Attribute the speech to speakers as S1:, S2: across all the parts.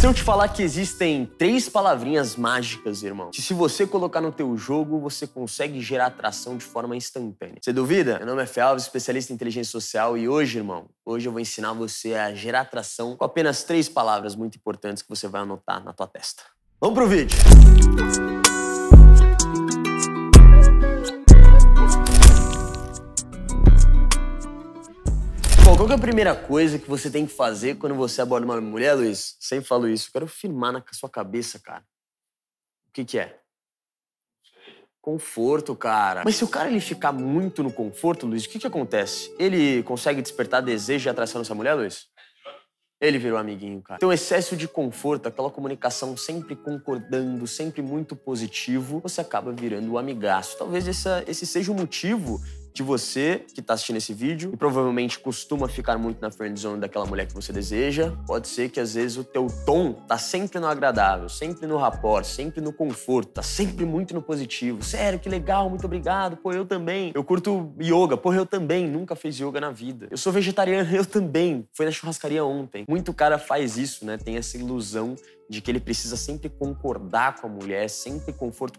S1: Se eu te falar que existem 3 palavrinhas mágicas, irmão, que se você colocar no teu jogo, você consegue gerar atração de forma instantânea. Você duvida? Meu nome é Fê Alves, especialista em inteligência social, e hoje, irmão, eu vou ensinar você a gerar atração com apenas 3 palavras muito importantes que você vai anotar na tua testa. Vamos pro vídeo! Bom, qual que é a primeira coisa que você tem que fazer quando você aborda uma mulher, Luiz? Sempre falo isso. Eu quero firmar na sua cabeça, cara. O que é? Conforto, cara. Mas se o cara ele ficar muito no conforto, Luiz, o que acontece? Ele consegue despertar desejo e atração nessa mulher, Luiz? Ele virou amiguinho, cara. Então, excesso de conforto, aquela comunicação sempre concordando, sempre muito positivo, você acaba virando um amigaço. Talvez esse seja o motivo de você que tá assistindo esse vídeo e provavelmente costuma ficar muito na friendzone daquela mulher que você deseja. Pode ser que às vezes o teu tom tá sempre no agradável, sempre no rapport, sempre no conforto, tá sempre muito no positivo. Sério, que legal, muito obrigado. Pô, eu também. Eu curto yoga. Pô, eu também. Nunca fiz yoga na vida. Eu sou vegetariano, eu também. Foi na churrascaria ontem. Muito cara faz isso, né? Tem essa ilusão de que ele precisa sempre concordar com a mulher, sempre conforto,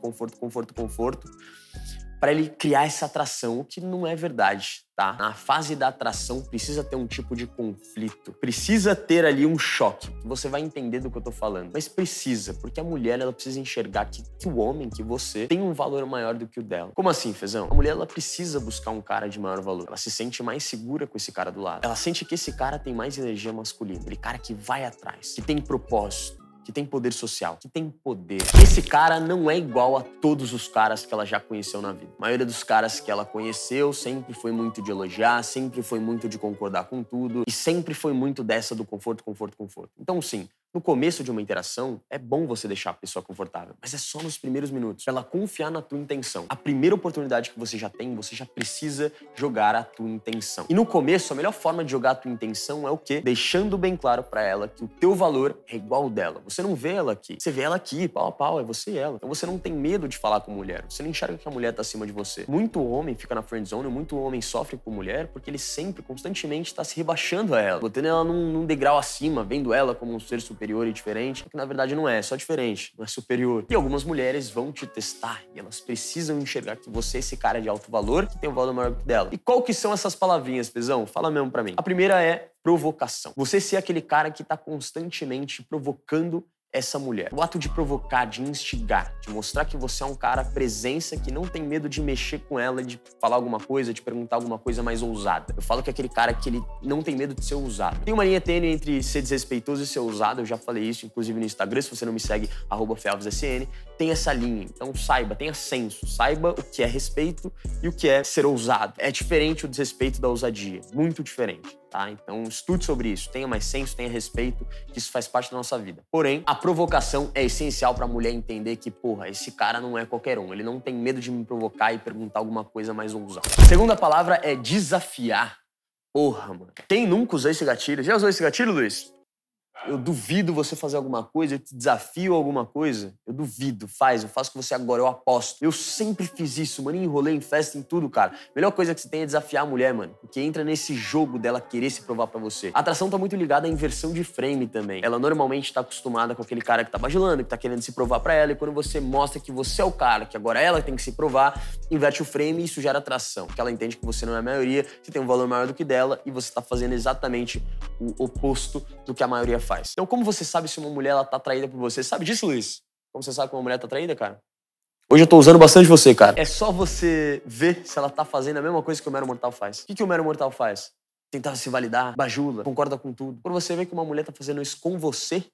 S1: para ele criar essa atração, o que não é verdade, tá? Na fase da atração precisa ter um tipo de conflito, precisa ter ali um choque. Você vai entender do que eu tô falando, mas precisa, porque a mulher ela precisa enxergar que o homem, que você, tem um valor maior do que o dela. Como assim, Fezão? A mulher ela precisa buscar um cara de maior valor. Ela se sente mais segura com esse cara do lado. Ela sente que esse cara tem mais energia masculina, aquele cara que vai atrás, que tem propósito, que tem poder social, que tem poder. Esse cara não é igual a todos os caras que ela já conheceu na vida. A maioria dos caras que ela conheceu sempre foi muito de elogiar, sempre foi muito de concordar com tudo e sempre foi muito dessa do conforto. Então, sim, no começo de uma interação, é bom você deixar a pessoa confortável, mas é só nos primeiros minutos, pra ela confiar na tua intenção. A primeira oportunidade que você já tem, você já precisa jogar a tua intenção. E no começo, a melhor forma de jogar a tua intenção é o quê? Deixando bem claro pra ela que o teu valor é igual ao dela. Você não vê ela aqui, você vê ela aqui, pau a pau, é você e ela. Então você não tem medo de falar com mulher, você não enxerga que a mulher tá acima de você. Muito homem fica na friendzone, muito homem sofre com mulher porque ele sempre, constantemente, tá se rebaixando a ela, botando ela num degrau acima, vendo ela como um ser superior e diferente, que na verdade não é, só diferente, não é superior. E algumas mulheres vão te testar e elas precisam enxergar que você é esse cara de alto valor, que tem um valor maior que dela. E qual que são essas palavrinhas, Pezão? Fala mesmo pra mim. A primeira é provocação. Você ser aquele cara que tá constantemente provocando essa mulher. O ato de provocar, de instigar, de mostrar que você é um cara presença, que não tem medo de mexer com ela, de falar alguma coisa, de perguntar alguma coisa mais ousada. Eu falo que é aquele cara que ele não tem medo de ser ousado. Tem uma linha tênue entre ser desrespeitoso e ser ousado, eu já falei isso, inclusive no Instagram, se você não me segue, @FeAlvesSN, tem essa linha. Então saiba, tenha senso, saiba o que é respeito e o que é ser ousado. É diferente o desrespeito da ousadia, muito diferente. Tá? Então estude sobre isso, tenha mais senso, tenha respeito, que isso faz parte da nossa vida. Porém, a provocação é essencial pra mulher entender que, porra, esse cara não é qualquer um, ele não tem medo de me provocar e perguntar alguma coisa mais ousada. A segunda palavra é desafiar. Porra, mano. Quem nunca usou esse gatilho? Já usou esse gatilho, Luiz? Eu duvido você fazer alguma coisa, eu te desafio alguma coisa. Eu duvido, eu faço com você agora, eu aposto. Eu sempre fiz isso, mano, enrolei em festa, em tudo, cara. Melhor coisa que você tem é desafiar a mulher, mano. Porque entra nesse jogo dela querer se provar pra você. A atração tá muito ligada à inversão de frame também. Ela normalmente tá acostumada com aquele cara que tá bajulando, que tá querendo se provar pra ela. E quando você mostra que você é o cara, que agora ela tem que se provar, inverte o frame e isso gera atração. Porque ela entende que você não é a maioria, você tem um valor maior do que dela e você tá fazendo exatamente o oposto do que a maioria faz. Então, como você sabe se uma mulher ela tá atraída por você? Sabe disso, Luiz? Como você sabe que uma mulher tá atraída, cara? Hoje eu tô usando bastante você, cara. É só você ver se ela tá fazendo a mesma coisa que o mero mortal faz. O que o mero mortal faz? Tentar se validar, bajula, concorda com tudo. Quando você vê que uma mulher tá fazendo isso com você,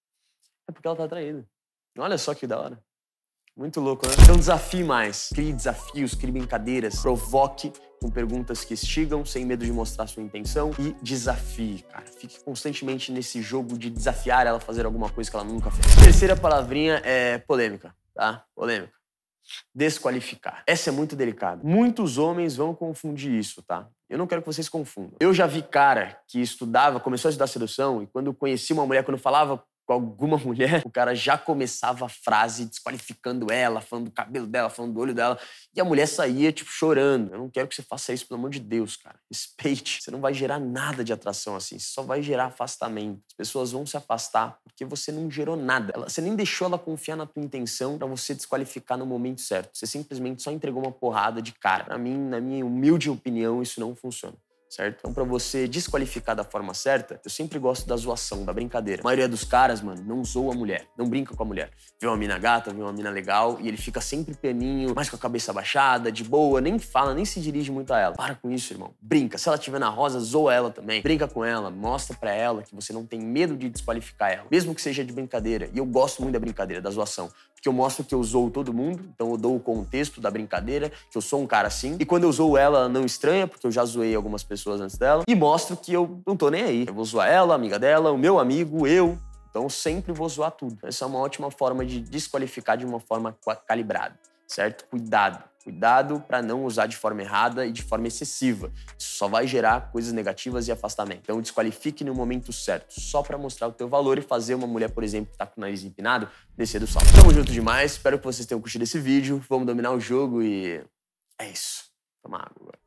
S1: é porque ela tá atraída. Olha só que da hora. Muito louco, né? Então desafie mais. Crie desafios, crie brincadeiras, provoque com perguntas que instigam, sem medo de mostrar sua intenção e desafie, cara. Fique constantemente nesse jogo de desafiar ela a fazer alguma coisa que ela nunca fez. Terceira palavrinha é polêmica, tá? Polêmica. Desqualificar. Essa é muito delicada. Muitos homens vão confundir isso, tá? Eu não quero que vocês confundam. Eu já vi cara que começou a estudar sedução e quando conhecia uma mulher, quando falava com alguma mulher, o cara já começava a frase desqualificando ela, falando do cabelo dela, falando do olho dela, e a mulher saía, tipo, chorando. Eu não quero que você faça isso, pelo amor de Deus, cara. Respeite. Você não vai gerar nada de atração assim, você só vai gerar afastamento. As pessoas vão se afastar por porque você não gerou nada. Você nem deixou ela confiar na tua intenção pra você desqualificar no momento certo. Você simplesmente só entregou uma porrada de cara. Pra mim, na minha humilde opinião, isso não funciona. Certo? Então, pra você desqualificar da forma certa, eu sempre gosto da zoação, da brincadeira. A maioria dos caras, mano, não zoa a mulher, não brinca com a mulher. Vê uma mina gata, vê uma mina legal, e ele fica sempre peninho, mais com a cabeça baixada, de boa, nem fala, nem se dirige muito a ela. Para com isso, irmão. Brinca. Se ela estiver na rosa, zoa ela também. Brinca com ela, mostra pra ela que você não tem medo de desqualificar ela. Mesmo que seja de brincadeira. E eu gosto muito da brincadeira, da zoação. Porque eu mostro que eu zoo todo mundo, então eu dou o contexto da brincadeira, que eu sou um cara assim. E quando eu zoo ela, ela não estranha, porque eu já zoei algumas pessoas antes dela. E mostro que eu não tô nem aí. Eu vou zoar ela, a amiga dela, o meu amigo, eu. Então eu sempre vou zoar tudo. Essa é uma ótima forma de desqualificar de uma forma calibrada, certo? Cuidado. Cuidado para não usar de forma errada e de forma excessiva. Isso só vai gerar coisas negativas e afastamento. Então desqualifique no momento certo, só para mostrar o teu valor e fazer uma mulher, por exemplo, que tá com o nariz empinado, descer do salto. Tamo junto demais, espero que vocês tenham curtido esse vídeo. Vamos dominar o jogo e é isso. Toma água agora.